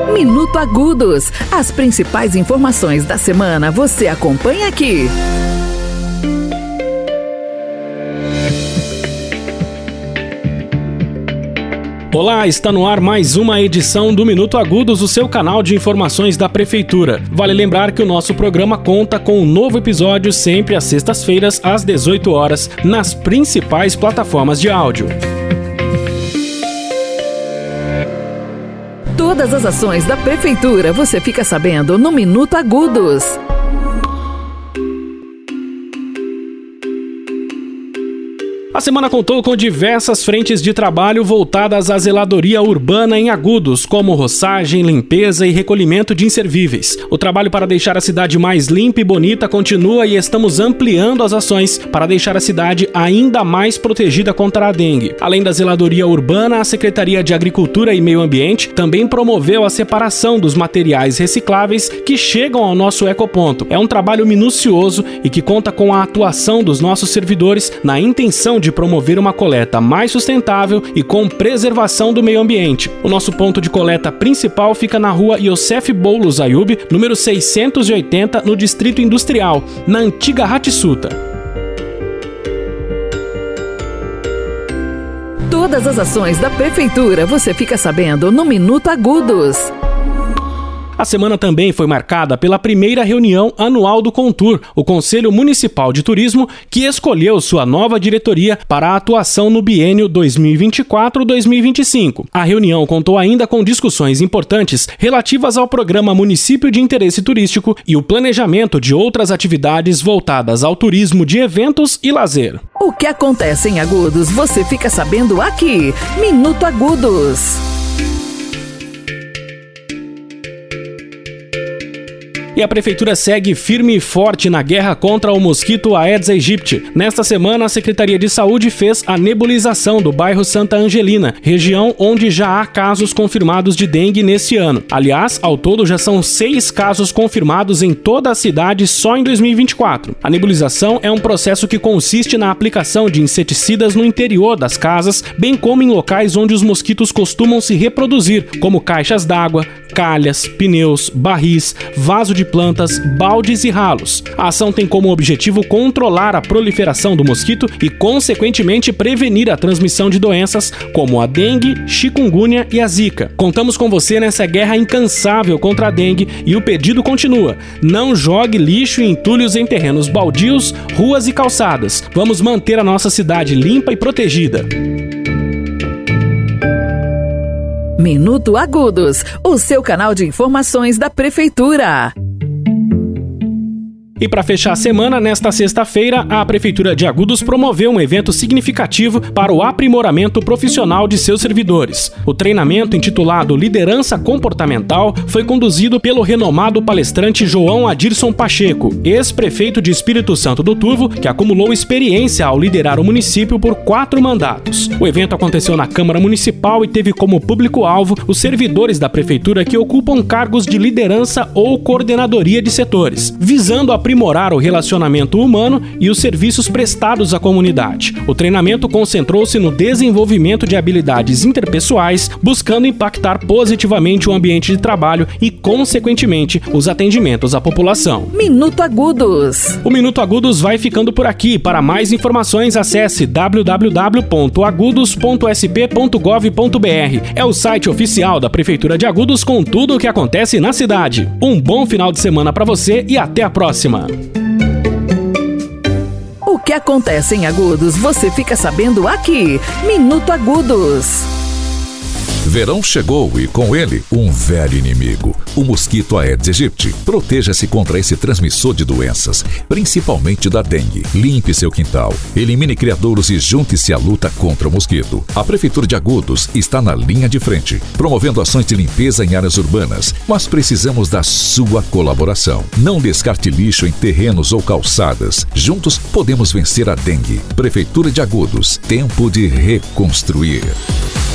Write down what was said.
Minuto Agudos. As principais informações da semana você acompanha aqui. Olá, está no ar mais uma edição do Minuto Agudos, o seu canal de informações da Prefeitura. Vale lembrar que o nosso programa conta com um novo episódio sempre às sextas-feiras, às 18 horas, nas principais plataformas de áudio. Todas as ações da Prefeitura você fica sabendo no Minuto Agudos. A semana contou com diversas frentes de trabalho voltadas à zeladoria urbana em Agudos, como roçagem, limpeza e recolhimento de inservíveis. O trabalho para deixar a cidade mais limpa e bonita continua e estamos ampliando as ações para deixar a cidade ainda mais protegida contra a dengue. Além da zeladoria urbana, a Secretaria de Agricultura e Meio Ambiente também promoveu a separação dos materiais recicláveis que chegam ao nosso ecoponto. É um trabalho minucioso e que conta com a atuação dos nossos servidores na intenção de promover uma coleta mais sustentável e com preservação do meio ambiente. O nosso ponto de coleta principal fica na rua Iosef Boulos Ayub, número 680, no Distrito Industrial, na antiga Hatsuta. Todas as ações da Prefeitura você fica sabendo no Minuto Agudos. A semana também foi marcada pela primeira reunião anual do Contur, o Conselho Municipal de Turismo, que escolheu sua nova diretoria para a atuação no biênio 2024-2025. A reunião contou ainda com discussões importantes relativas ao programa Município de Interesse Turístico e o planejamento de outras atividades voltadas ao turismo de eventos e lazer. O que acontece em Agudos você fica sabendo aqui. Minuto Agudos. E a Prefeitura segue firme e forte na guerra contra o mosquito Aedes aegypti. Nesta semana, a Secretaria de Saúde fez a nebulização do bairro Santa Angelina, região onde já há casos confirmados de dengue neste ano. Aliás, ao todo já são 6 casos confirmados em toda a cidade só em 2024. A nebulização é um processo que consiste na aplicação de inseticidas no interior das casas, bem como em locais onde os mosquitos costumam se reproduzir, como caixas d'água, calhas, pneus, barris, vaso de plantas, baldes e ralos. A ação tem como objetivo controlar a proliferação do mosquito e, consequentemente, prevenir a transmissão de doenças como a dengue, chikungunya e a zika. Contamos com você nessa guerra incansável contra a dengue e o pedido continua. Não jogue lixo e entulhos em terrenos baldios, ruas e calçadas. Vamos manter a nossa cidade limpa e protegida. Minuto Agudos, o seu canal de informações da Prefeitura. E para fechar a semana, nesta sexta-feira, a Prefeitura de Agudos promoveu um evento significativo para o aprimoramento profissional de seus servidores. O treinamento, intitulado Liderança Comportamental, foi conduzido pelo renomado palestrante João Adirson Pacheco, ex-prefeito de Espírito Santo do Turvo, que acumulou experiência ao liderar o município por 4 mandatos. O evento aconteceu na Câmara Municipal e teve como público-alvo os servidores da Prefeitura que ocupam cargos de liderança ou coordenadoria de setores, visando aprimorar o relacionamento humano e os serviços prestados à comunidade. O treinamento concentrou-se no desenvolvimento de habilidades interpessoais, buscando impactar positivamente o ambiente de trabalho e, consequentemente, os atendimentos à população. Minuto Agudos. O Minuto Agudos vai ficando por aqui. Para mais informações, acesse www.agudos.sp.gov.br. É o site oficial da Prefeitura de Agudos com tudo o que acontece na cidade. Um bom final de semana para você e até a próxima. O que acontece em Agudos você fica sabendo aqui. Minuto Agudos. Verão chegou e com ele um velho inimigo, o mosquito Aedes aegypti. Proteja-se contra esse transmissor de doenças, principalmente da dengue. Limpe seu quintal, elimine criadouros e junte-se à luta contra o mosquito. A Prefeitura de Agudos está na linha de frente, promovendo ações de limpeza em áreas urbanas, mas precisamos da sua colaboração. Não descarte lixo em terrenos ou calçadas. Juntos podemos vencer a dengue. Prefeitura de Agudos, tempo de reconstruir.